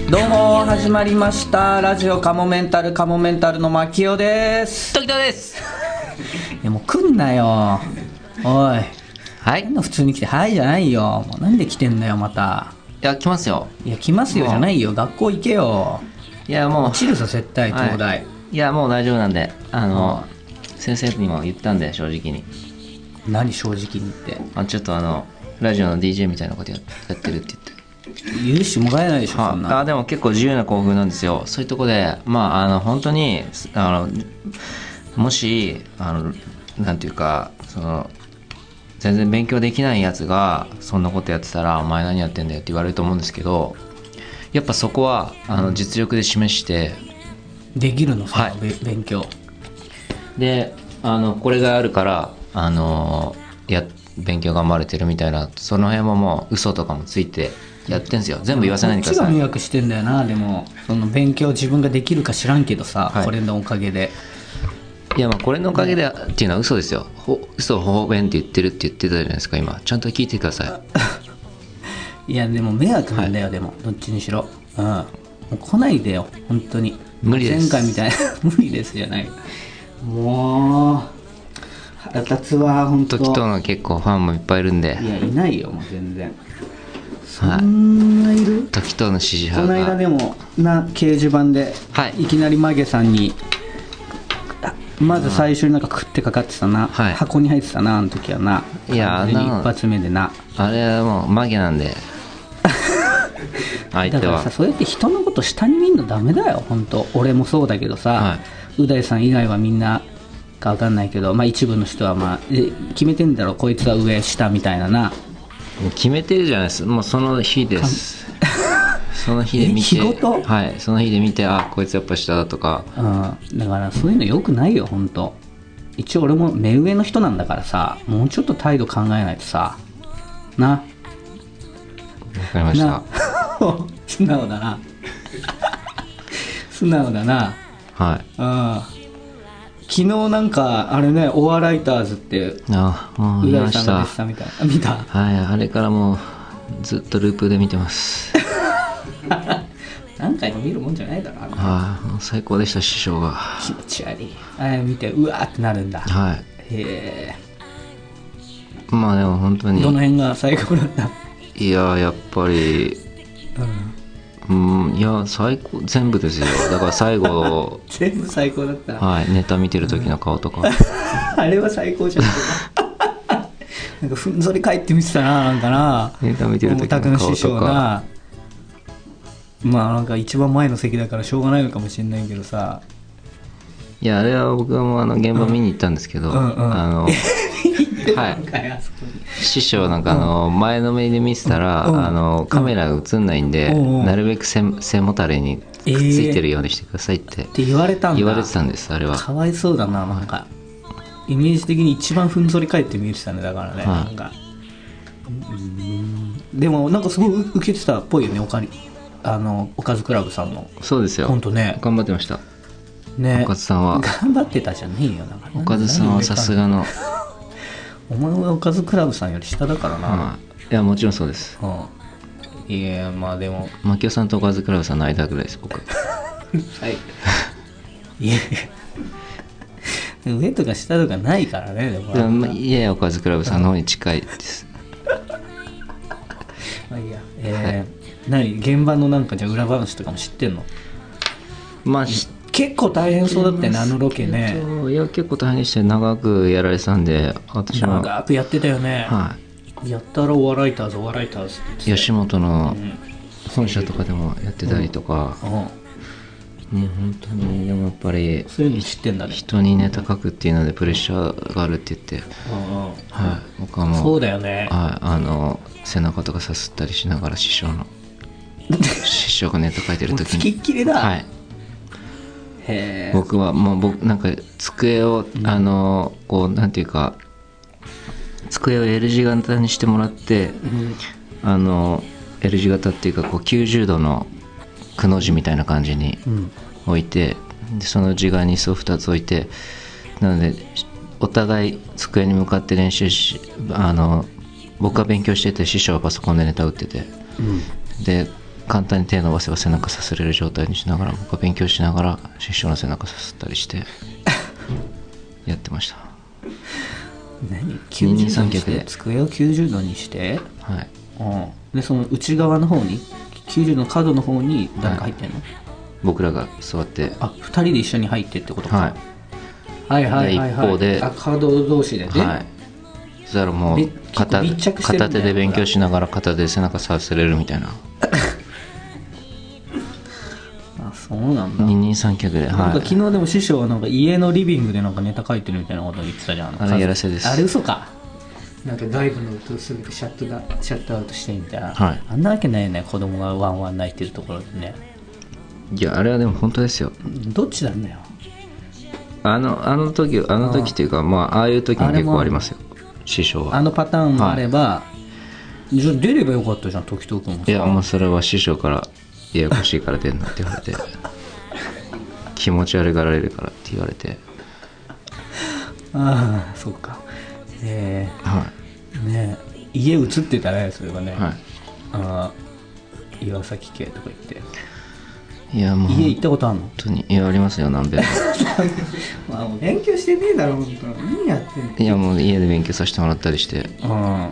どうも始まりましたラジオカモメンタルの牧雄です。 時田です。 いやもう来んなよおい。 はい。 普通に来てはいじゃないよ。もうなんで来てんだよまた。 いや来ますよ。 いや来ますよじゃないよ、学校行けよ。 いやもう落ちるぞ絶対東大、 いやもう大丈夫なんで先生にも言ったんで正直に。 何正直に言って。 ちょっとラジオの DJ みたいなことやってるって言って許してもらえないでしょそんな。 でも結構自由な校風なんですよ。そういうとこで本当にもしなんていうか全然勉強できないやつがそんなことやってたらお前何やってんだよって言われると思うんですけど、やっぱそこは実力で示してできるのさ、 はい、 勉強でこれがあるから勉強頑張れてるみたいな、その辺ももう嘘とかもついてやってんすよ。全部言わせないでください。 こっちが迷惑してんだよな。でもその勉強自分ができるか知らんけどさ、 はい、 これのおかげで。 いやこれのおかげでっていうのは嘘ですよ。嘘を方便って言ってたじゃないですか。今ちゃんと聞いてください。いやでも迷惑なんだよ、でもどっちにしろ、もう来ないでよ本当に。 無理です。 前回みたいな無理ですじゃない。もう腹立つわ本当。 時との結構ファンもいっぱいいるんで。 いやいないよもう全然。そんないる、 時との支持派が。 この間でも掲示板で、はい、いきなりマゲさんにまず最初になんか食ってかかってたな、はい、箱に入ってたなあの時はな。 いや一発目でな。あれはもうマゲなんで相手は。 だからさ、そうやって人のこと下に見るのダメだよ本当。俺もそうだけどさ、はい、う大さん以外はみんなか分かんないけど、一部の人は決めてんだろこいつは上下みたいなな。 決めてるじゃないです。もうその日ですその日で見て、 仕事、 はい、その日で見てこいつやっぱ下だとか、 だからそういうのよくないよ本当。一応俺も目上の人なんだからさ、もうちょっと態度考えないとさな。わかりました素直だな素直だな。 はい。 昨日なんかあれね、オアライターズってもう見ました。 みたいな。見た？ はい、あれからもうずっとループで見てます何回も見るもんじゃないだろ。 もう最高でした。師匠が気持ち悪い。見てうわーってなるんだ。 はい。 へえ。 でも本当にどの辺が最高だった？ いややっぱりいや最高全部ですよ。だから最後全部最高だった。 はい、ネタ見てる時の顔とかあれは最高じゃんなんかふんぞり返って見てたな。なんかな、 ネタ見てる時の顔とか。 なんか一番前の席だからしょうがないのかもしれないけどさ。 いやあれは僕も現場見に行ったんですけど、はい、師匠なんか前のめりで見てたらカメラが映んないんで、なるべく背もたれにくっついてるようにしてくださいって言われたんだ。 言われてたんです。あれはかわいそうだな。なんかイメージ的に一番ふんぞり返って見えてたね。だからね、なんかでもなんかすごい受けてたっぽいよね。おかずクラブさんの。 そうですよ。 本当ね、 頑張ってましたね。おかずさんは頑張ってたじゃねえよ。なんかおかずさんはさすがのお前はおかずクラブさんより下だからな。 いやもちろんそうです。 いやでも牧雄さんとおかずクラブさんの間ぐらいです僕いや上とか下とかないからね。でもいやおかずクラブさんの方に近いですいいや。何現場のなんかじゃ裏話とかも知ってんの？結構大変そうだったよね、あのロケね。 いや結構大変でしたよ。長くやられてたんで。私も長くやってたよね。 はい。 やったらオアライターズって吉本の本社とかでもやってたりとか、もう本当にでもやっぱりそういうの知ってんだね。 人にネタ書くっていうのでプレッシャーがあるって言って、はい、僕はもうそうだよね。 はい、背中とかさすったりしながら師匠がネタ書いてる時につきっきりだ。 はい。僕はもうなんか机をこうなんていうか机を L 字型にしてもらって、L 字型っていうかこう90度のくの字みたいな感じに置いて、でその字側に椅子を2つ置いて、なのでお互い机に向かって練習僕は勉強してて師匠はパソコンでネタ打ってて、で簡単に手伸ばせば背中させれる状態にしながら、僕は勉強しながら師匠の背中させたりしてやってました。 何90度にして机を90度にして、 はい、 でその内側の方に90度の角の方に誰か入ってんの？ 僕らが座って、 2人で一緒に入ってってことか。 はいはいはいはいはい。 一方で角同士でね。 はい。そしたらもう片手で勉強しながら片手で背中させれるみたいな。 あ、そうなんだ。 二人三脚で、はい、 なんか昨日でも師匠はなんか家のリビングでなんかネタ書いてるみたいなこと言ってたじゃん。 あれやらせです。 あれ嘘か。なんか外部の音を全てシャットアウトしてみたいな、 はい、 あんなわけないよね、子供がワンワン泣いてるところでね。 いや、あれはでも本当ですよ。 どっちなんだよ。 あの時っていうか、まあああいう時に結構ありますよ、師匠は。 あのパターンもあれば、はい、じゃあ出ればよかったじゃん、時藤君もさ。 いや、もうそれは師匠からややこしいから出んなって言われて気持ち悪がられるからって言われて。 ああ、そうか。 はい、 ねえ、家移ってたね、それがね、 はい、 岩崎家とか言って。 いや、もう家行ったことあるの？ 本当に。いや、ありますよ、何べんも。 まあ、もう勉強してねえだろ、本当。何やってんの？ いや、もう家で勉強させてもらったりして。 はい。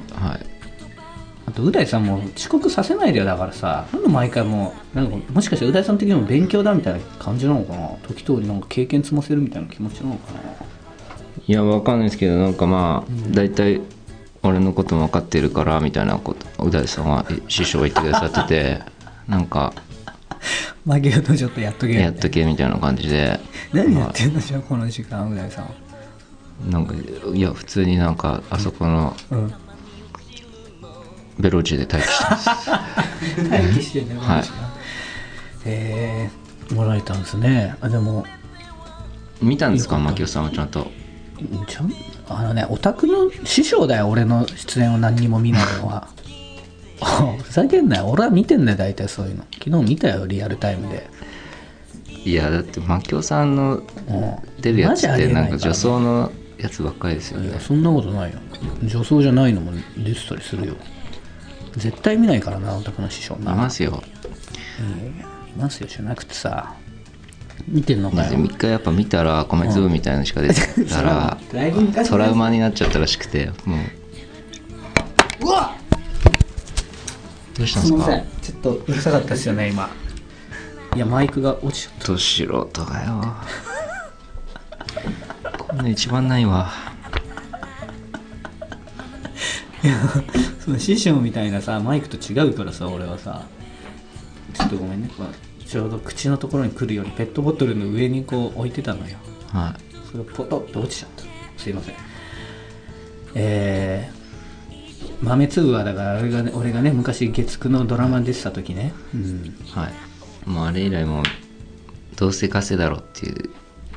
あと、う大さんも遅刻させないでよ、だからさ。なんで毎回もう、なんかもしかしてう大さん的にも勉強だみたいな感じなのかな。時通りなんか経験積ませるみたいな気持ちなのかな。 いや、わかんないですけど、なんかまあ、大体俺のことも分かってるからみたいなことう大さんは師匠が言ってくださってて、なんか負けるとちょっとやっとけみたいな感じで。 何やってんのじゃあこの時間、う大さん。 なんか、いや、普通になんかあそこのベロチで待機してます待機してんね、 はい。 もらえたんですね。あ、でも見たんですか、牧雄さんはちゃんと。 オタクの師匠だよ、俺の出演を何にも見ないのは。ふざけんなよ、俺は見てんだよ、大体そういうの。昨日見たよ、リアルタイムで。 いや、だって牧雄さんの出るやつってなんか女装のやつばっかりですよね。 いや、そんなことないよ。女装じゃないのも出てたりするよ。絶対見ないからな、オタクの師匠な。 いますよ。 いますよじゃなくてさ、見てんのかよ。 一回やっぱ見たら米粒みたいなのしか出てたらトラウマになっちゃったらしくて、もう。 うわっ、 どうしたんですか？ すいません、ちょっとうるさかったですよね今。いや、マイクが落ちちゃった。 ど素人がよこんな一番ないわ。 いや、その師匠みたいなさマイクと違うからさ、俺はさ、ちょっとごめんね、ちょうど口のところに来るようにペットボトルの上にこう置いてたのよ。 はい。 それがポトッと落ちちゃった。すいません。豆粒はだから俺がね昔月9のドラマ出てた時ね、 はい。もうあれ以来もうどうせ稼だろっていう。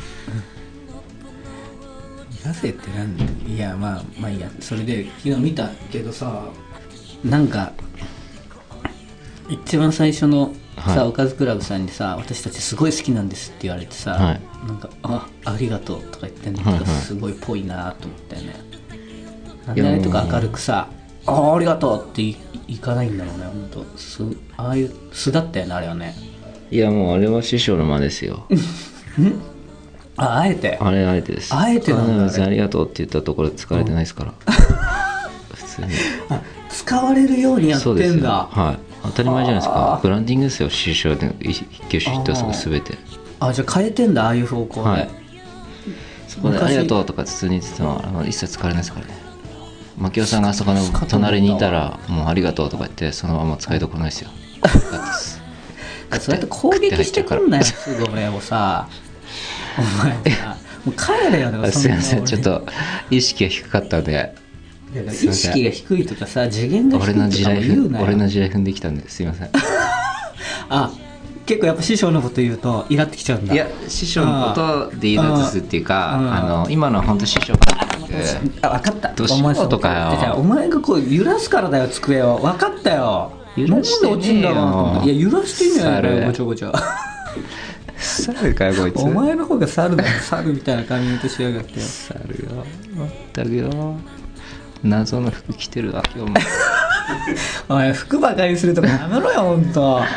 稼ってなんだ。いや、まあいいや。それで昨日見たけどさ、なんか一番最初のさ、おかずクラブさんにさ、私たちすごい好きなんですって言われてさ、 はい、 なんかありがとうとか言ってんだけど、すごいぽいなと思ったよね。なんであれとか明るくさ、ありがとうっていかないんだろうね、ほんと。ああいう素だったよね、あれはね。 いや、もうあれは師匠の間ですよ。 あえてあれです。 あえてなんだ。 別にありがとうって言ったところで使われてないですから、普通に使われるようにやってんだ。 はい、当たり前じゃないですか。ブランディングですよ、師匠で一挙手一投足すべて。 じゃあ変えてんだ、ああいう方向で、はい、 そこでありがとうとか普通に言ってたのは一切使われないですからね。牧雄さんがあそこの隣にいたらもうありがとうとか言ってそのまま使いどころないですよ。 そうやって攻撃してくんなよ、すぐ俺をさ。お前さ、もう帰れよ。だからすいません、ちょっと意識が低かったんで。 意識が低いとかさ、次元が低いとかも言うなよ。 俺の地雷踏んできたんですいません。 結構やっぱ師匠のこと言うとイラってきちゃうんだ。 いや、師匠のことでイラッとするっていうか、今のは本当師匠が分かった。 どうしようとかよ。 お前がこう揺らすからだよ、机を。分かったよ。 揺らしてねえよ。 いや、揺らしてんじゃないかよ、ごちゃごちゃ。 猿かよこいつ。 お前の方が猿だよ、猿みたいな髪型しやがって。 猿よ、まったくよ。謎の服着てるわ今日も。 おい、服ばかりするとかやめろよ、ほんと。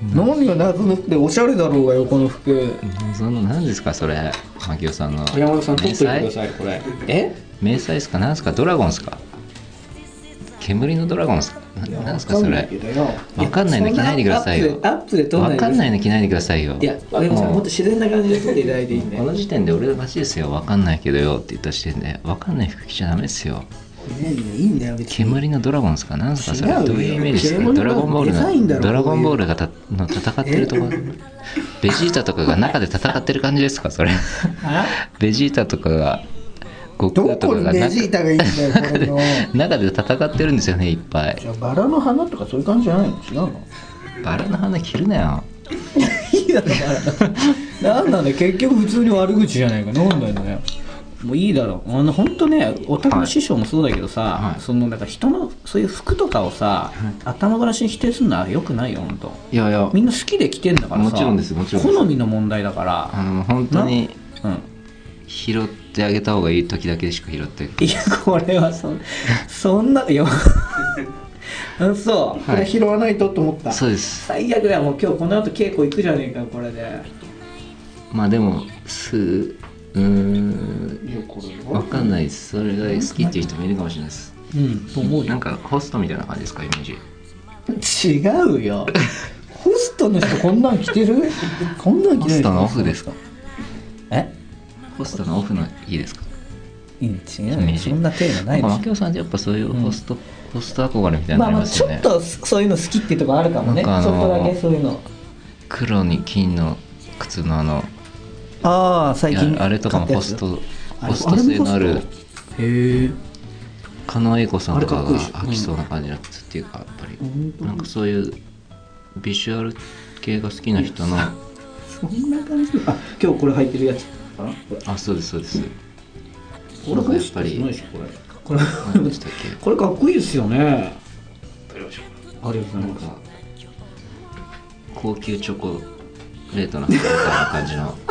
何が謎の服でおしゃれだろうがよこの服。 その何ですかそれ、牧雄さんの山田さん取っといてくださいこれ。 迷彩ですか、何ですか、ドラゴンですか、煙のドラゴンですか、何ですかそれ。分かんないの着ないでくださいよ。 アップで撮んないで分かんないの着ないでくださいよ。 いや山田さんもっと自然な感じで撮っていただいていいんで。 この時点で俺らマジですよ、分かんないけどよって言った時点で分かんない服着ちゃダメですよ。 いいんだよ別に。 煙のドラゴンですか、何ですかそれ、 違うよどういうイメージですか。 煙のドラゴンボールデザインだろのドラゴンボールがの戦ってるところ、ベジータとかが中で戦ってる感じですかそれ。ベジータとかが悟ど空とかがこにベジータがいいんだよこれの。 中で戦ってるんですよね、いっぱい。 じゃあバラの花とかそういう感じじゃないの？違うの？ バラの花着るなよ。 いいだろバラ。なんなんだよ結局普通に悪口じゃないか。なんだよね。もういいだろ。本当ね、お宅の師匠もそうだけどさ、 はいそのなんか人のそういう服とかをさ、頭ごなしに否定するのは良くないよ本当。 いやいや、 みんな好きで着てんだからさ。 もちろんですもちろんです好みの問題だから。 本当にうん。 拾ってあげた方がいい時だけしか拾っていやこれはそんないやそう、これ拾わないとと思った。 そうです。 最悪だよ。もう今日この後稽古行くじゃねえかこれで。 まあでもいやこれは分かんないです。それが好きっていう人もいるかもしれないです。 と思うよ。 なんかホストみたいな感じですか、イメージ。 違うよ。ホストの人こんなん着てる？こんなん着てる。 ホストのオフですか？ ホストのオフのいいですか？ 違うよ。そんなテーマないでしょ。 牧雄さんってやっぱそういうホスト憧れみたいなのありますよね。 ちょっとそういうの好きっていうところあるかもね。ちょっとだけそういうの。 黒に金の靴の最近あれとかもホスト性のある。 へえ。 狩野英孝さんとかがあれかっこいいでしょ履きそうな感じの靴っていうか、やっぱりなんかそういうビジュアル系が好きな人のそんな感じ。今日これ履いてるやつかな。 そうですそうです。 これやっぱりこれ何でしたっけ？ これかっこいいですよね。ありがとうございます。 高級チョコレートなみたいな感じの。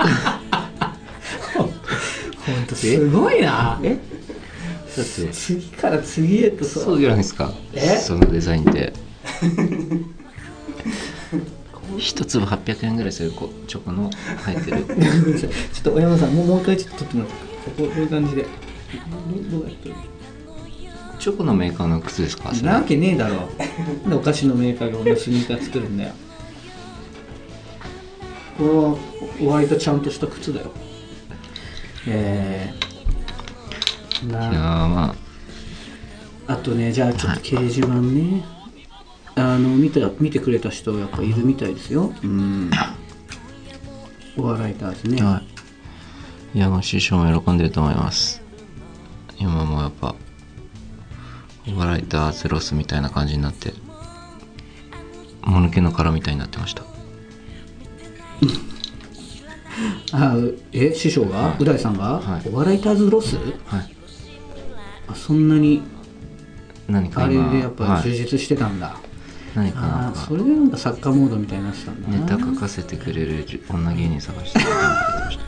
本当すごいな。 だって次から次へとそうじゃないですか。そのデザインって一粒800円ぐらいするチョコの入ってる。 ちょっと小山さんもう一回ちょっと撮ってもらって。こういう感じでどうやってる？ チョコのメーカーの靴ですか？ なわけねえだろ。なんでお菓子のメーカーが同じスニーカー作るんだよ。これは割とちゃんとした靴だよ。 いやまあとね、じゃあちょっと掲示板ね、見てくれた人やっぱいるみたいですよ。お笑いターズね。 いや、もう師匠も喜んでると思います。今もうやっぱお笑いターズロスみたいな感じになって、もぬけの殻みたいになってました。 師匠が、う大さんが、お笑いターズロス？そんなに何かあれでやっぱ充実してたんだ。 何かなんかそれでなんか作家モードみたいになってたんだな。 ネタ書かせてくれる女芸人探してるって言ってました。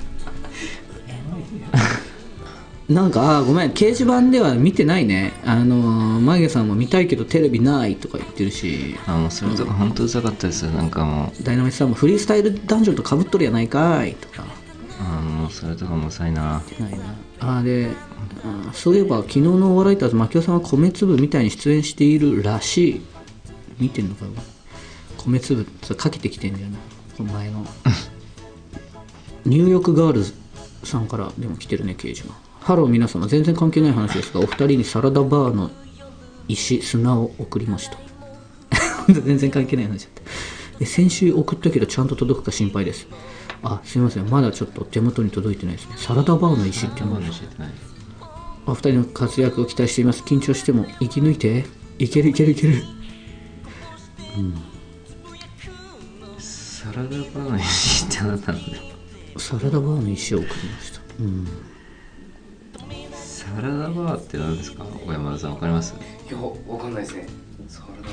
なんかごめん、掲示板では見てないね。マゲさんも見たいけどテレビないとか言ってるし、 もうそれとか本当うざかったですよ。なんかもダイナマイトさんもフリースタイルダンジョンとかぶっとるやないかいとか。 もうそれとかもうさいな。 ないな。で、そういえば昨日のお笑いターズ牧雄さんは米粒みたいに出演しているらしい。見てんのかよ。米粒それかけてきてんだよな、この前のニューヨークガールズさんからでも来てるね、掲示板。ハロー皆様、全然関係ない話ですが、お二人にサラダバーの石砂を送りました。全然関係ない話だった。先週送ったけどちゃんと届くか心配です。すいません、まだちょっと手元に届いてないですね。サラダバーの石ってのはお二人の活躍を期待しています。緊張しても生き抜いて。いけるいけるいける。 サラダバーの石って何なんだろう。サラダバーの石を送りました。 サラダバーって何ですか？小山田さん分かります？ いや、分かんないですね。サラダ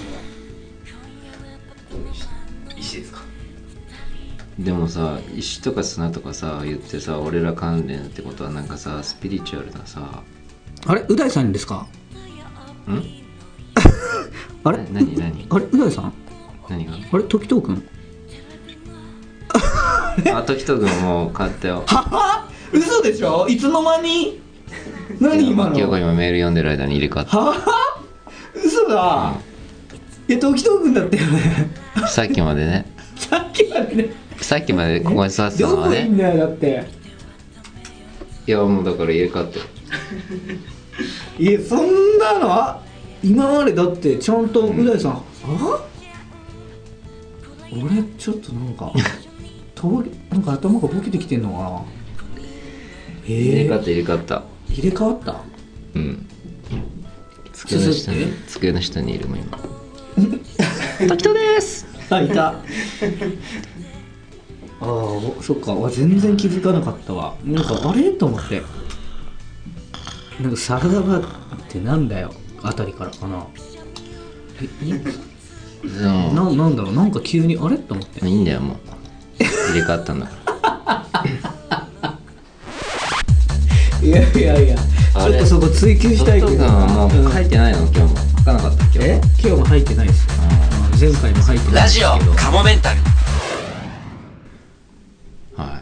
バー石ですか？ でもさ、石とか砂とかさ言ってさ、俺ら関連ってことはなんかさ、スピリチュアルなさ。 あれ、う大さんですか？あれ、 何あれ、う大さん？ 何があれ時藤君あ、時藤君もう買ったよ。 嘘でしょ、いつの間に何今の今日今メール読んでる間に入れ替わっは嘘だ、時藤君だったよねた。さっきまでね、 さっきまでね、 さっきまでここに座ってたのどはね。 こいんだよだって。 いやもうだから入れ替わってる。 いやそんなの今までだってちゃんとう大さん、俺ちょっとなんかなんか頭がボケてきてんのかな。 入れ替わった入れ替わった。 入れ替わった。 うん。机の下にいるもん今。時藤です。 あ、いた。そっか、全然気づかなかったわ。なんかあれと思って、なんかサラダバーってなんだよあたりからかな。なんだろう、なんか急にあれと思って。 いいんだよもう。入れ替わったんだから。 いやいやいや、ちょっとそこ追求したいけど。 もう書いてないの今日も。書かなかった今日。 今日も入ってないですよ。前回も入ってないラジオカモメンタル。 はい。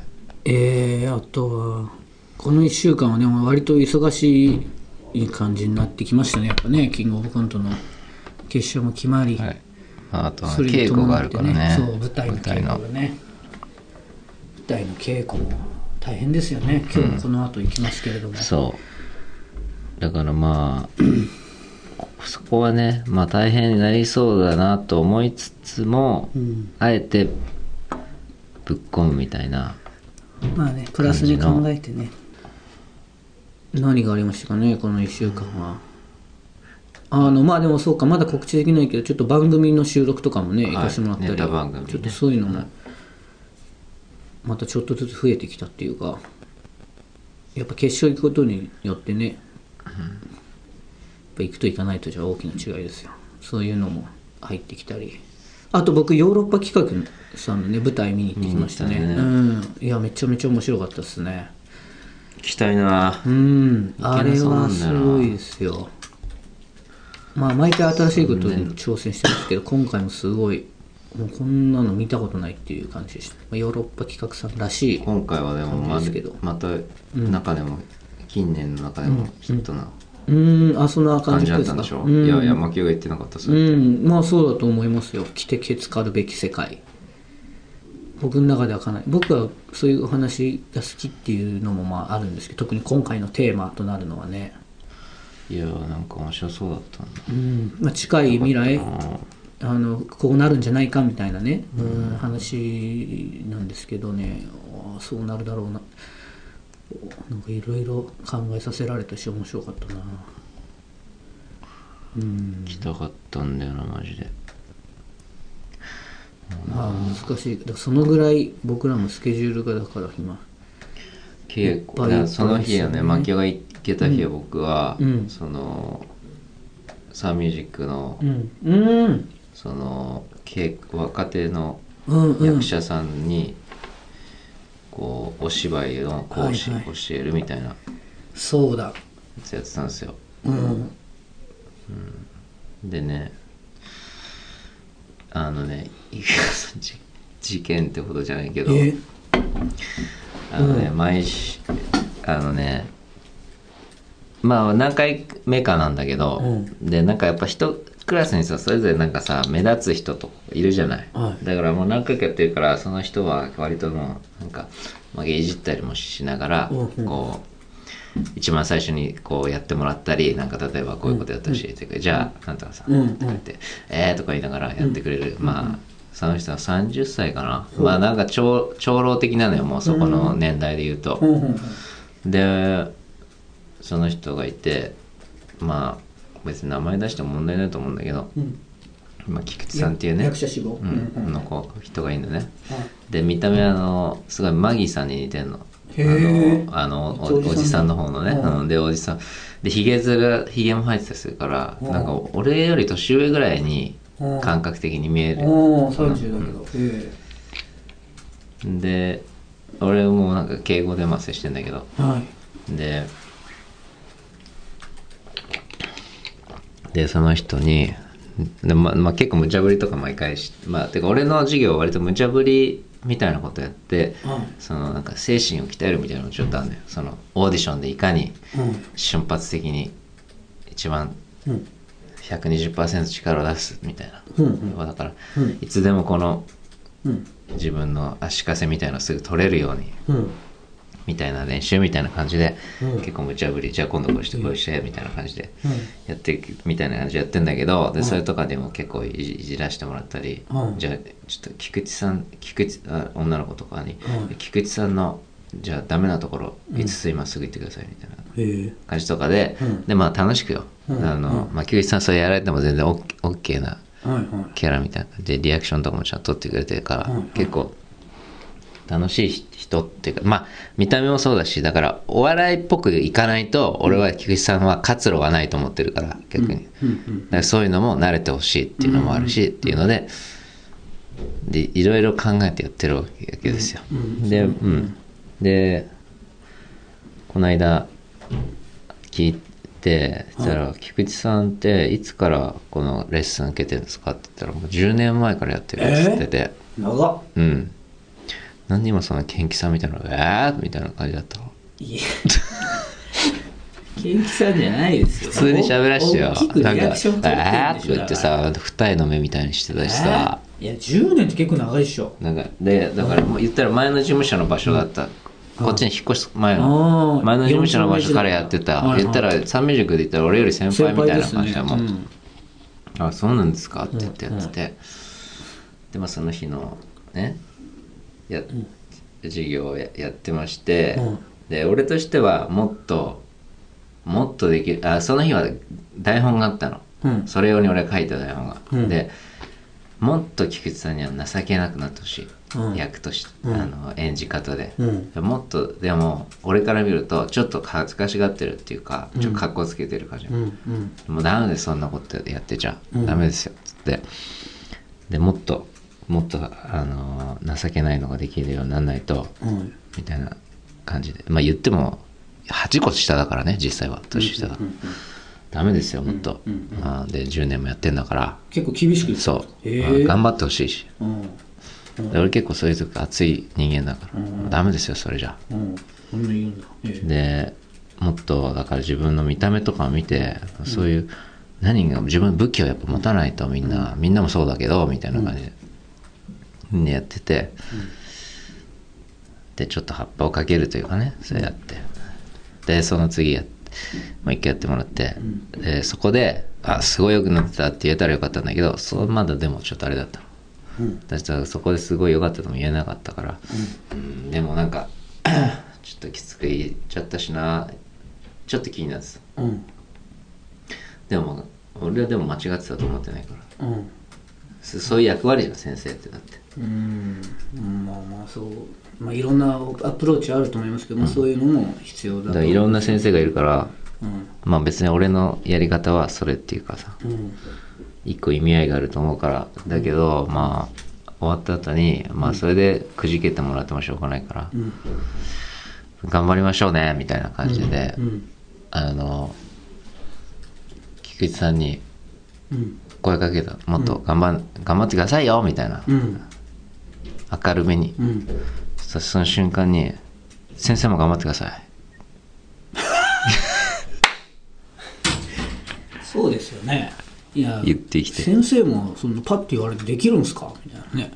あとはこの1週間はね割と忙しい感じになってきましたね。やっぱね、キングオブコントの決勝も決まり、 はい、あとはそれに稽古があるからね。 そう、舞台の稽古がね、舞台の稽古も大変ですよね。今日もこの後行きますけれども、 そうだからまあそこはね、まあ大変になりそうだなと思いつつも、あえてぶっ込むみたいな、 まあね、プラスに考えてね。何がありましたかねこの1週間は。まあでもそうか、まだ告知できないけどちょっと番組の収録とかもね、行かせてもらったり、 ネタ番組ね、 ちょっとそういうのもまたちょっとずつ増えてきたっていうか、やっぱ決勝行くことによってね、やっぱ行くと行かないとじゃ大きな違いですよ。そういうのも入ってきたり、あと僕ヨーロッパ企画さんのね舞台見に行ってきましたね。いやめちゃめちゃ面白かったですね。 行きたいな。 あれはすごいですよ。まあ毎回新しいことに挑戦してますけど、今回もすごい、もうこんなの見たことないっていう感じでした。ヨーロッパ企画さんらしい今回はでもまた中でも、近年の中でもヒットなそんな感じだったんでしょ。いやいや牧雄が言ってなかった。 まあそうだと思いますよ。着てけつかるべき世界、僕の中ではかなり、僕はそういうお話が好きっていうのもまああるんですけど、特に今回のテーマとなるのはね、 いやなんか面白そうだったんだ。 まあ、近い未来こうなるんじゃないかみたいなね、話なんですけどね、そうなるだろうな、なんかいろいろ考えさせられたし面白かったな。 行きたかったんだよなマジで。 まあ難しい。だからそのぐらい僕らもスケジュールがだから今稽古、その日はね、牧雄が行けた日は僕は、そのサンミュージックの、その若手の役者さんにこうお芝居の講師教えるみたいな、 そうだやつやってたんですよ。でね、事件ってほどじゃないけど、毎週まあ何回目かなんだけど、でなんかやっぱクラスにさそれぞれなんかさ目立つ人といるじゃない、だからもう何回かやってるから、その人は割ともうなんか曲げいじったりもしながら、こう一番最初にこうやってもらったり、なんか例えばこういうことやってほしいって、じゃあなんとかさ、とか言ってとか言いながらやってくれる、まあその人は30歳かな、まあなんか長老的なのよ、もうそこの年代で言うと。でその人がいて、まあ別に名前出しても問題ないと思うんだけど、菊池さんっていうね役者志望の人がいるんだね。で見た目すごいマギーさんに似てんの。おじさんの方のね、でおじさんでひげも生えてたりするから、なんか俺より年上ぐらいに感覚的に見える。 30だけど、で俺もなんか敬語でマセしてんだけど、でその人にで結構無茶ぶりとか毎回てか俺の授業は割と無茶ぶりみたいなことやって、そのなんか精神を鍛えるみたいなのがちょっとあるんだよ。そのオーディションでいかに瞬発的に一番 120% 力を出すみたいな、だから、いつでもこの自分の足かせみたいなのすぐ取れるように、みたいな練習みたいな感じで、結構無茶ぶり、じゃあ今度こうしてこうしてみたいな感じでやってみたいな感じでやってんだけど、でそれとかでも結構いじらしてもらったり、じゃあちょっと菊池女の子とかに、菊池さんのじゃあダメなところ5つ今すぐ言ってくださいみたいな感じとかで、で楽しくよ、菊池さんそれやられても全然 OK なキャラみたいな感じでリアクションとかもちゃんと取ってくれてるから、結構楽しい人っていうか、見た目もそうだし、だからお笑いっぽくいかないと、俺は菊池さんは活路がないと思ってるから、逆に。だからそういうのも慣れてほしいっていうのもあるし、っていうので、いろいろ考えてやってるわけですよ。で、この間聞いて、そしたら、菊池さんっていつからこのレッスン受けてるんですかって言ったら、もう10年前からやってるって言ってて。 長っ。 何にもその元気さんみたいなみたいな感じだったの。 いや元気さんじゃないですよ。 普通に喋らしてよ。 大きくリアクション取ってるんでしょ。 とか言ってさ、二重の目みたいにしてたしさ。 いや10年って結構長いでしょ。 だからもう言ったら前の事務所の場所だった、こっちに引っ越す前の事務所の場所からやってた、言ったら三名塾で言ったら俺より先輩みたいな感じだもん。あ、そうなんですかって言ってやってて、でその日のね授業をやってまして、で俺としてはもっとできる、その日は台本があったの、それ用に俺が書いた台本が、でもっと菊池さんには情けなくなってほしい、役として、演じ方で、もっとでも俺から見るとちょっと恥ずかしがってるっていうか、ちょっと格好つけてる感じ、もうダメです、そんなことやってちゃダメですよっつって、でもっと情けないのができるようにならないと、みたいな感じで、言っても8個下だからね、実際は年下が、ダメですよもっと、で10年もやってんだから結構厳しくそう、頑張ってほしいし、俺結構そういう時熱い人間だから、ダメですよそれじゃ、でもっとだから自分の見た目とかを見て、そういう何が自分の武器をやっぱ持たないと、みんなもそうだけどみたいな感じで、やってて、でちょっと葉っぱをかけるというかね、それやって、でその次一回やってもらって、でそこですごい良くなってたって言えたらよかったんだけど、まだでもちょっとあれだったの、私はそこですごい良かったとも言えなかったから、でもなんかちょっときつく言っちゃったしな、ちょっと気になってた、でも俺はでも間違ってたと思ってないから、そういう役割じゃん先生ってだって。そういろんなアプローチあると思いますけど、そういうのも必要だと。だからいろんな先生がいるから、別に俺のやり方はそれっていうかさ、一個意味合いがあると思うから、だけど終わった後にそれでくじけてもらってもしょうがないから、頑張りましょうねみたいな感じで、菊池さんに声かけた、もっと頑張ってくださいよみたいな、明るめに、その瞬間に先生も頑張ってくださいそうですよね。いや言ってきて、 先生もそんなパッて言われてできるんですかみたいなね。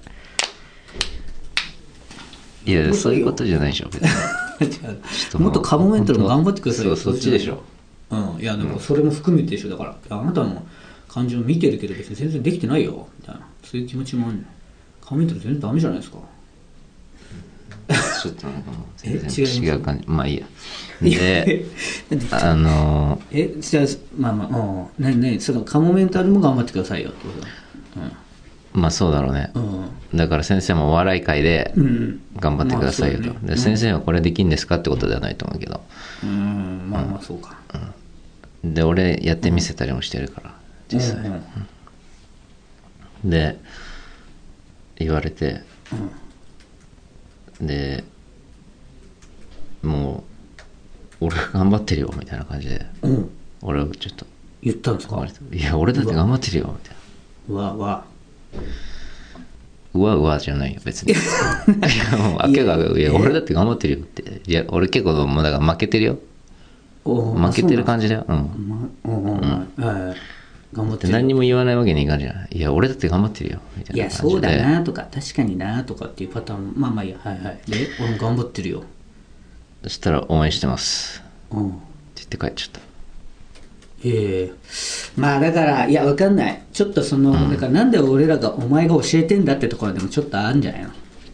いやそういうことじゃないでしょ別にもっとカモメンタルも頑張ってくださいよ。 そっちでしょ。 いやでもそれも含めてでしょ。だからあなたの感情を見てるけど別に全然できてないよみたいな、そういう気持ちもあるの。カモメンタル全然ダメじゃないですか。 ちょっとなんかもう全然違う感じ。いいや。でじゃあそのカモメンタルも頑張ってくださいよってことだ。そうだろうね、だから先生もお笑い界で頑張ってくださいよと、で先生はこれできるんですかってことではないと思うけど、 そうか、 で俺やってみせたりもしてるから実際、で言われて、でもう俺頑張ってるよみたいな感じで、俺はちょっと言ったんですか。 いや俺だって頑張ってるよみたいな。 うわうわうわうわじゃないよ別に。いやもう明けがいや俺だって頑張ってるよって。いや俺結構もうだから負けてるよ。負けてる感じだよ。 頑張ってで何にも言わないわけにいかんじゃない。いや俺だって頑張ってるよみたいいやな感じで。 そうだなとか確かになとかっていうパターンまあまあいいやはいはいで俺も頑張ってるよそしたら応援してますってうん言って帰っちゃった。 まあだからいやわかんないちょっとその、だからなんで俺らがお前が教えてんだってところでもちょっとあるんじゃないの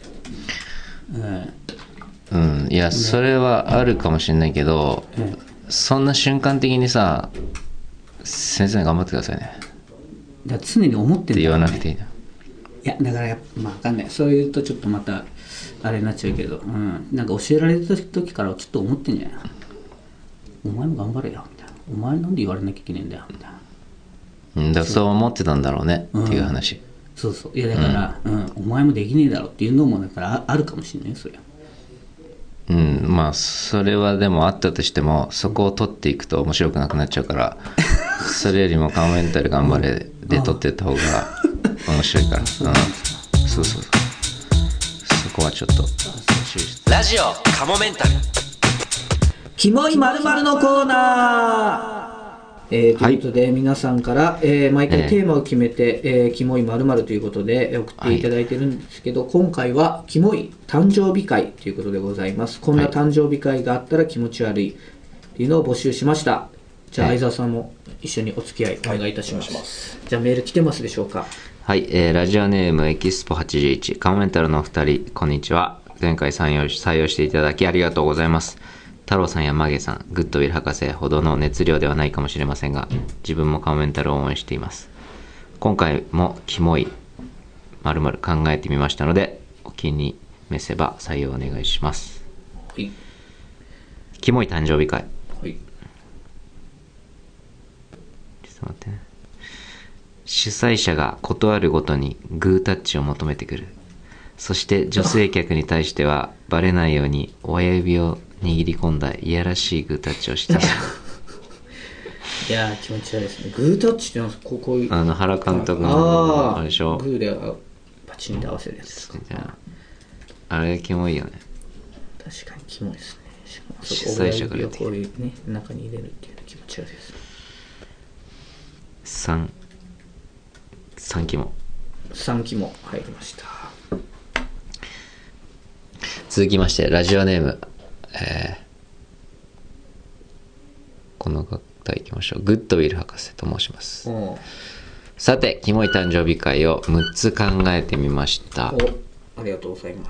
うんいやそれはあるかもしれないけど、そんな瞬間的にさ先生頑張ってくださいねだから常に思ってって言んだよねわなくていいの。 いやだからまあわかんないそう言うとちょっとまたあれになっちゃうけど、なんか教えられた時からちょっと思ってんじゃないのお前も頑張れよみたいなお前なんで言われなきゃいけないんだよみたいなだからそう思ってたんだろうねっていう話。 そうそういやだから、お前もできねえだろっていうのもだからあるかもしれないよそりゃまあそれはでもあったとしてもそこを取っていくと面白くなくなっちゃうからそれよりもカモメンタル頑張れで取ってった方が面白いからそうそうそこはちょっと注意して。 ラジオカモメンタルキモい〇〇のコーナーということで、皆さんから、毎回テーマを決めて、キモい〇〇ということで送っていただいてるんですけど、今回はキモい誕生日会ということでございます。こんな誕生日会があったら気持ち悪いっていうのを募集しました。じゃあ相沢さんも一緒にお付き合いお願いいたします。じゃあメール来てますでしょうか。 はい、ラジオネームエキスポ81カモメンタルのお二人こんにちは。前回採用していただきありがとうございます。太郎さんやマゲさん、グッドウィル博士ほどの熱量ではないかもしれませんが、自分もカモメンタルを応援しています。今回もキモい〇〇考えてみましたので、お気に召せば採用お願いします。 はい。 キモい誕生日会。 はい。 ちょっと待ってね。主催者が断るごとにグータッチを求めてくる。そして女性客に対してはバレないように親指を握り込んだいやらしいグータッチをしている。 いやー気持ち悪いですね。グータッチってなんですかこういう原監督のあれでしょ。 グーでパチンで合わせるやつですか。 あれキモいよね。 確かにキモいですね。 主催者が出てきてこういうね中に入れるっていうの気持ち悪いです。 3キモ。 3キモ入りました。 続きましてラジオネーム、この方いきましょう。グッドウィル博士と申します。さてキモい誕生日会を6つ考えてみました。 ありがとうございます。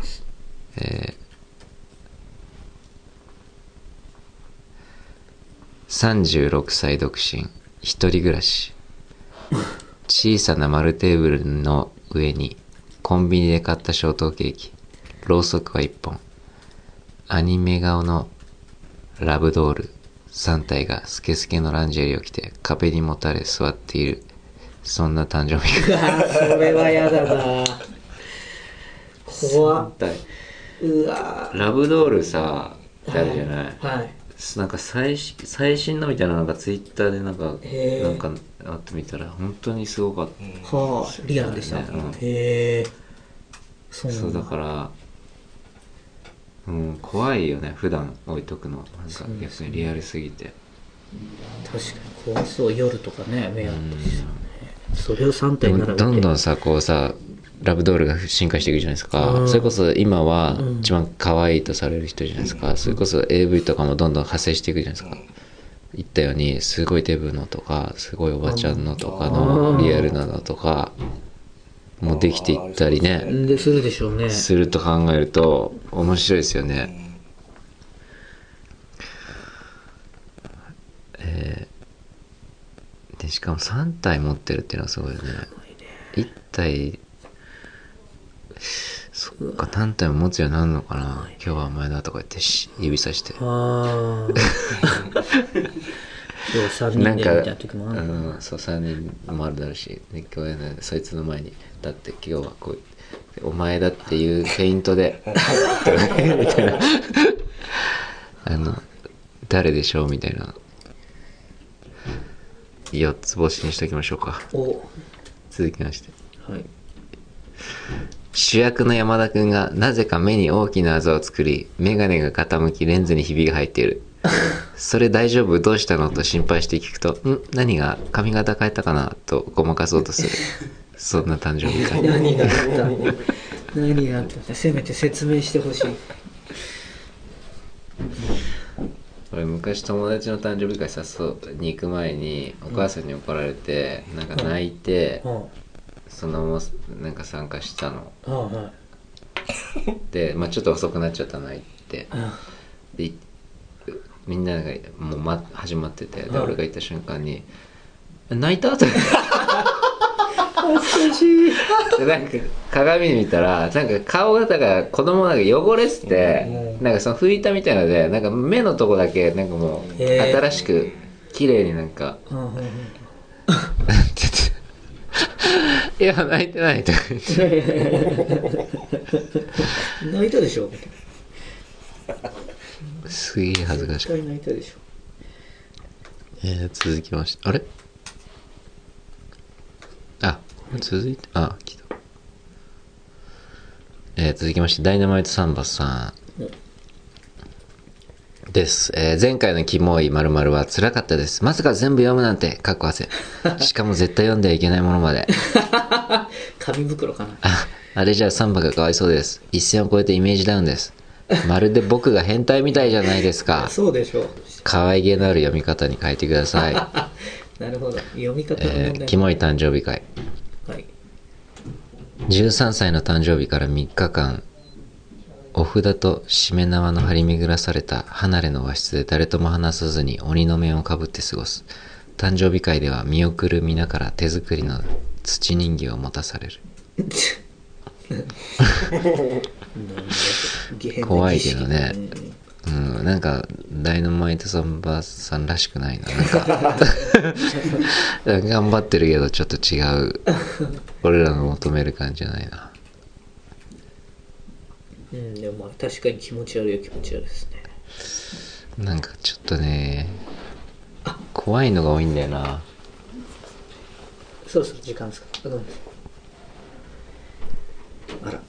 36歳独身一人暮らし小さな丸テーブルの上にコンビニで買ったショートケーキ、ろうそくは1本、アニメ顔のラブドール3体がスケスケのランジェリーを着て壁にもたれ座っている、そんな誕生日がそれはやだな。怖っ。うわラブドールさってあるじゃない、 はい。 なんか最新のみたいなのがツイッターでなんかあってみたら本当にすごかった、 はあ、リアルでした。 うんへえ。 そうだから、怖いよね普段置いとくの。なんか逆にリアルすぎて、 確かに怖そう。夜とかね目合ったりしたらね。それを3体並べてどんどんさこうさラブドールが進化していくじゃないですか。それこそ今は一番可愛いとされる人じゃないですか。それこそ AV とかもどんどん派生していくじゃないですか。言ったようにすごいデブのとかすごいおばちゃんのとかのリアルなのとかもうできていったりねでするでしょうね。 すると考えると面白いですよね。でしかも3体持ってるっていうのはすごいよね。1体そっか単体も持つようになるのかな。今日はお前だとか言って指さしてああ。今日3人でみたいな時もある。 そう3人もあるだろうし、で今日はねそいつの前にだって今日はこうお前だっていうフェイントでみたいな誰でしょうみたいな4つ星にしておきましょうか。 続きまして、 はい。 主役の山田くんがなぜか目に大きなあざを作り、眼鏡が傾きレンズにひびが入っている。それ大丈夫、どうしたのと心配して聞くと、何が髪型変えたかなとごまかそうとする。そんな誕生日会。 何があった何があったせめて説明してほしい。 俺昔友達の誕生日会誘に行く前にお母さんに怒られて、なんか泣いて、そのままなんか参加したの。 はい。 で、ちょっと遅くなっちゃった泣いて。でみんながもう、始まってて、で俺が行った瞬間に「泣いた?」と恥ずかしい。 でなんか鏡見たらなんか顔がだから子供なんか汚れてて、なんかその拭いたみたいのでなんか目のとこだけなんかもう新しく綺麗になんかいや泣いてないとか言って泣いたでしょ。 すげえ恥ずかしい。 絶対泣いたでしょ。 続きまして、あれ続いて来た。続きましてダイナマイトサンバさんです。前回のキモい〇〇は辛かったです。まさか全部読むなんてかっこ汗。しかも絶対読んではいけないものまで。 紙袋かな。 あれじゃあサンバがかわいそうです。一線を越えてイメージダウンです。まるで僕が変態みたいじゃないですか。 そうでしょう。 可愛げのある読み方に変えてください。 なるほど。読み方の問題。 キモい誕生日会。 はい。 13歳の誕生日から3日間、お札としめ縄の張り巡らされた離れの和室で誰とも話さずに鬼の面をかぶって過ごす。誕生日会では見送る皆から手作りの土人形を持たされる。怖いけどね。なんかダイナマイトサンバさんらしくないな。なんか頑張ってるけどちょっと違う。俺らの求める感じじゃないな。 でも確かに気持ち悪い気持ち悪いですね。 なんかちょっとね、怖いのが多いんだよな。 そろそろ時間ですか。あら。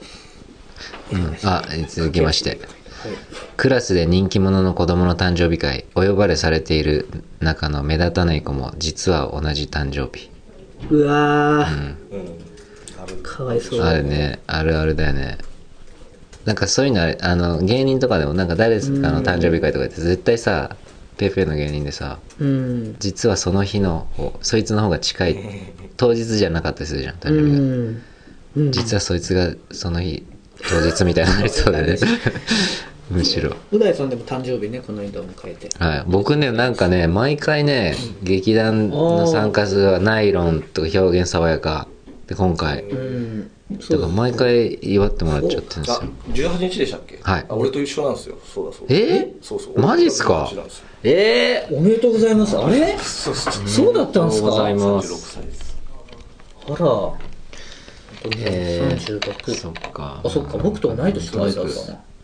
続きまして、クラスで人気者の子供の誕生日会、お呼ばれされている中の目立たない子も実は同じ誕生日。 うわかわいそう。 あるね、あるあるだよね。なんかそういうの芸人とかでもなんか誰かの誕生日会とかって絶対さ、ペーペーの芸人でさ、実はその日のそいつの方が近い、当日じゃなかったりするじゃん、誕生日が。実はそいつがその日当日みたいになりそうだね。むしろう大さんでも誕生日ね、この間迎えて。 はい、僕ねなんかね毎回ね、劇団の参加数はナイロンとか表現爽やかで今回、だから毎回祝ってもらっちゃってるんですよ。 18日でしたっけ？ はい。 俺と一緒なんですよ。そうだ。そうマジっすか？ おめでとうございます。あれ？そうだったんですか？ おめでとうございます。 36歳です。 あら。36。 そっか。 そっか、僕と同い年だったな。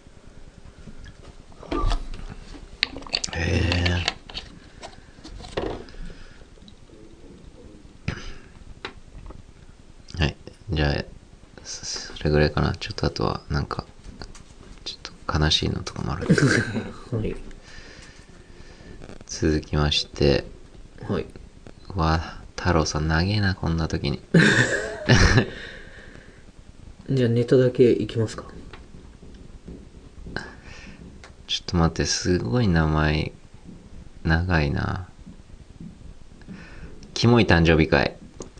はい、じゃあそれぐらいかな。ちょっとあとはなんかちょっと悲しいのとかもある。 はい、 続きまして、 はい、 太郎さん長えなこんな時に。 じゃあネタだけいきますか。 ちょっと待って、すごい名前長いな。キモい誕生日会。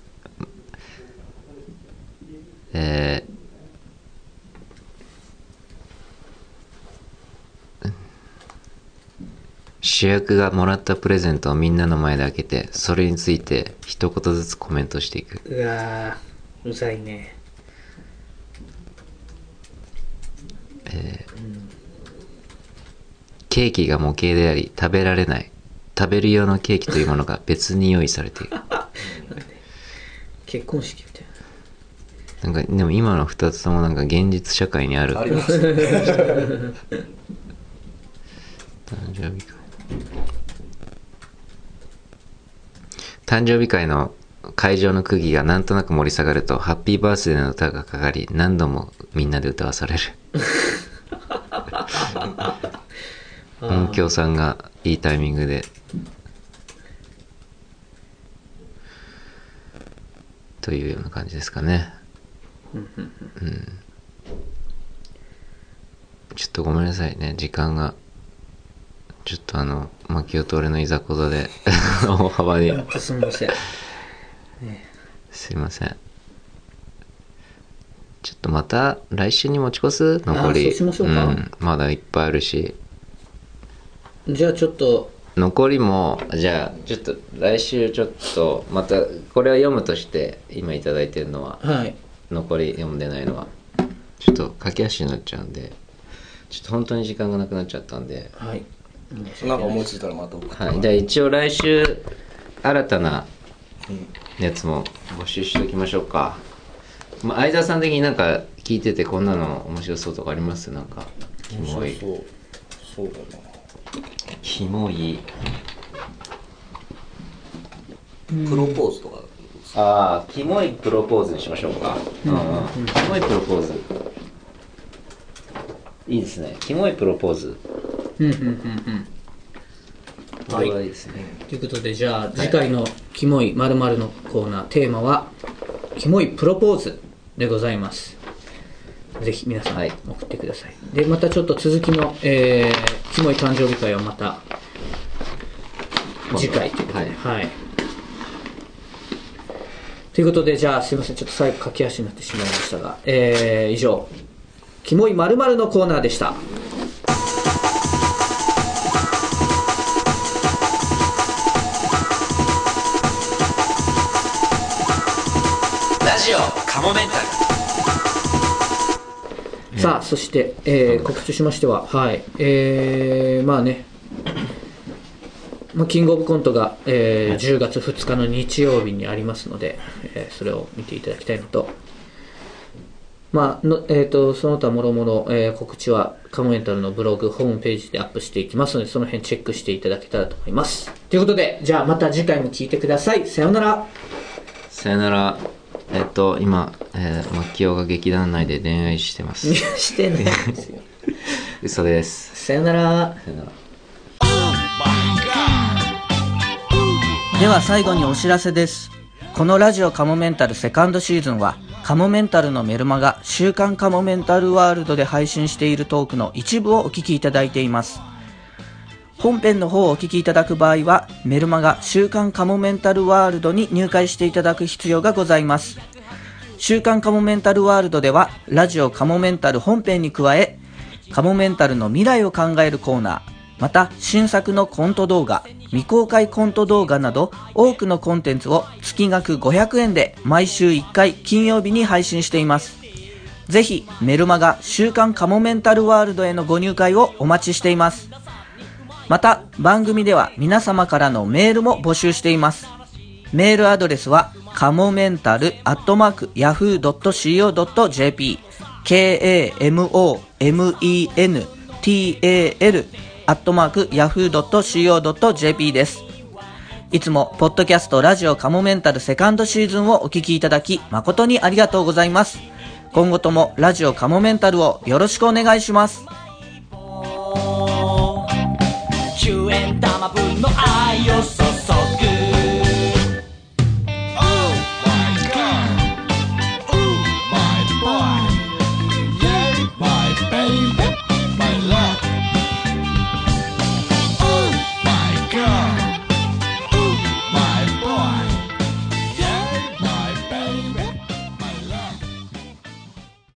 主役がもらったプレゼントをみんなの前で開けて、それについて一言ずつコメントしていく。 うわー、うざいね。 ケーキが模型であり食べられない。食べる用のケーキというものが別に用意されている。 結婚式みたいな。なんかでも今の2つともなんか現実社会にある。 あります。 誕生日会。誕生日会の会場の空気がなんとなく盛り下がるとハッピーバースデーの歌がかかり、何度もみんなで歌わされる。音響さんがいいタイミングでというような感じですかね。ちょっとごめんなさいね、時間がちょっとマキオと俺のいざこざで大幅にすみません、 すいません。ちょっとまた来週に持ち越す？残り。 そうしましょうか。 まだいっぱいあるし。 じゃあちょっと残りも、じゃあちょっと来週ちょっとまたこれを読むとして今いただいてるのは、 はい、 残り読んでないのはちょっと駆け足になっちゃうんで、ちょっと本当に時間がなくなっちゃったんで、 はい、 なんか思いついたらまた送って、 はい、じゃあ一応来週新たなやつも募集しておきましょうか。相沢さん的になんか聞いててこんなの面白そうとかあります？なんかキモい、 そうだな、 キモいプロポーズとか。 ああ、キモいプロポーズにしましょうか。キモいプロポーズいいですね。キモいプロポーズはい、 いいですね。 ということで、じゃあ次回のキモい〇〇のコーナー、テーマはキモいプロポーズでございます。ぜひ皆さん送ってください。でまたちょっと続きの、キモい誕生日会はまた次回ということで、はい、ということで、じゃあすいません、ちょっと最後駆け足になってしまいましたが、以上キモい〇〇のコーナーでした。 ラジオカモメンタル。 さあそして、告知しましては、はい、まあね、キングオブコントが、10月2日の日曜日にありますので、それを見ていただきたいのと、まあその他もろもろ告知はカモメンタルのブログホームページでアップしていきますので、その辺チェックしていただけたらと思います。ということで、じゃあまた次回も聞いてください。さようなら。 さよなら。今、マキオが劇団内で恋愛してます。 してないですよ。 嘘です。 さよなら。 さよなら。 では最後にお知らせです。このラジオカモメンタルセカンドシーズンは、カモメンタルのメルマガ週刊カモメンタルワールドで配信しているトークの一部をお聞きいただいています。本編の方をお聞きいただく場合は、メルマガ週刊カモメンタルワールドに入会していただく必要がございます。週刊カモメンタルワールドでは、ラジオカモメンタル本編に加え、カモメンタルの未来を考えるコーナー、また新作のコント動画、未公開コント動画など多くのコンテンツを月額500円で毎週1回金曜日に配信しています。ぜひメルマガ週刊カモメンタルワールドへのご入会をお待ちしています。また番組では皆様からのメールも募集しています。メールアドレスはカモメンタル@yahoo.co.jp kamomental@yahoo.co.jp です。いつもポッドキャストラジオカモメンタルセカンドシーズンをお聞きいただき誠にありがとうございます。今後ともラジオカモメンタルをよろしくお願いします。10円玉分の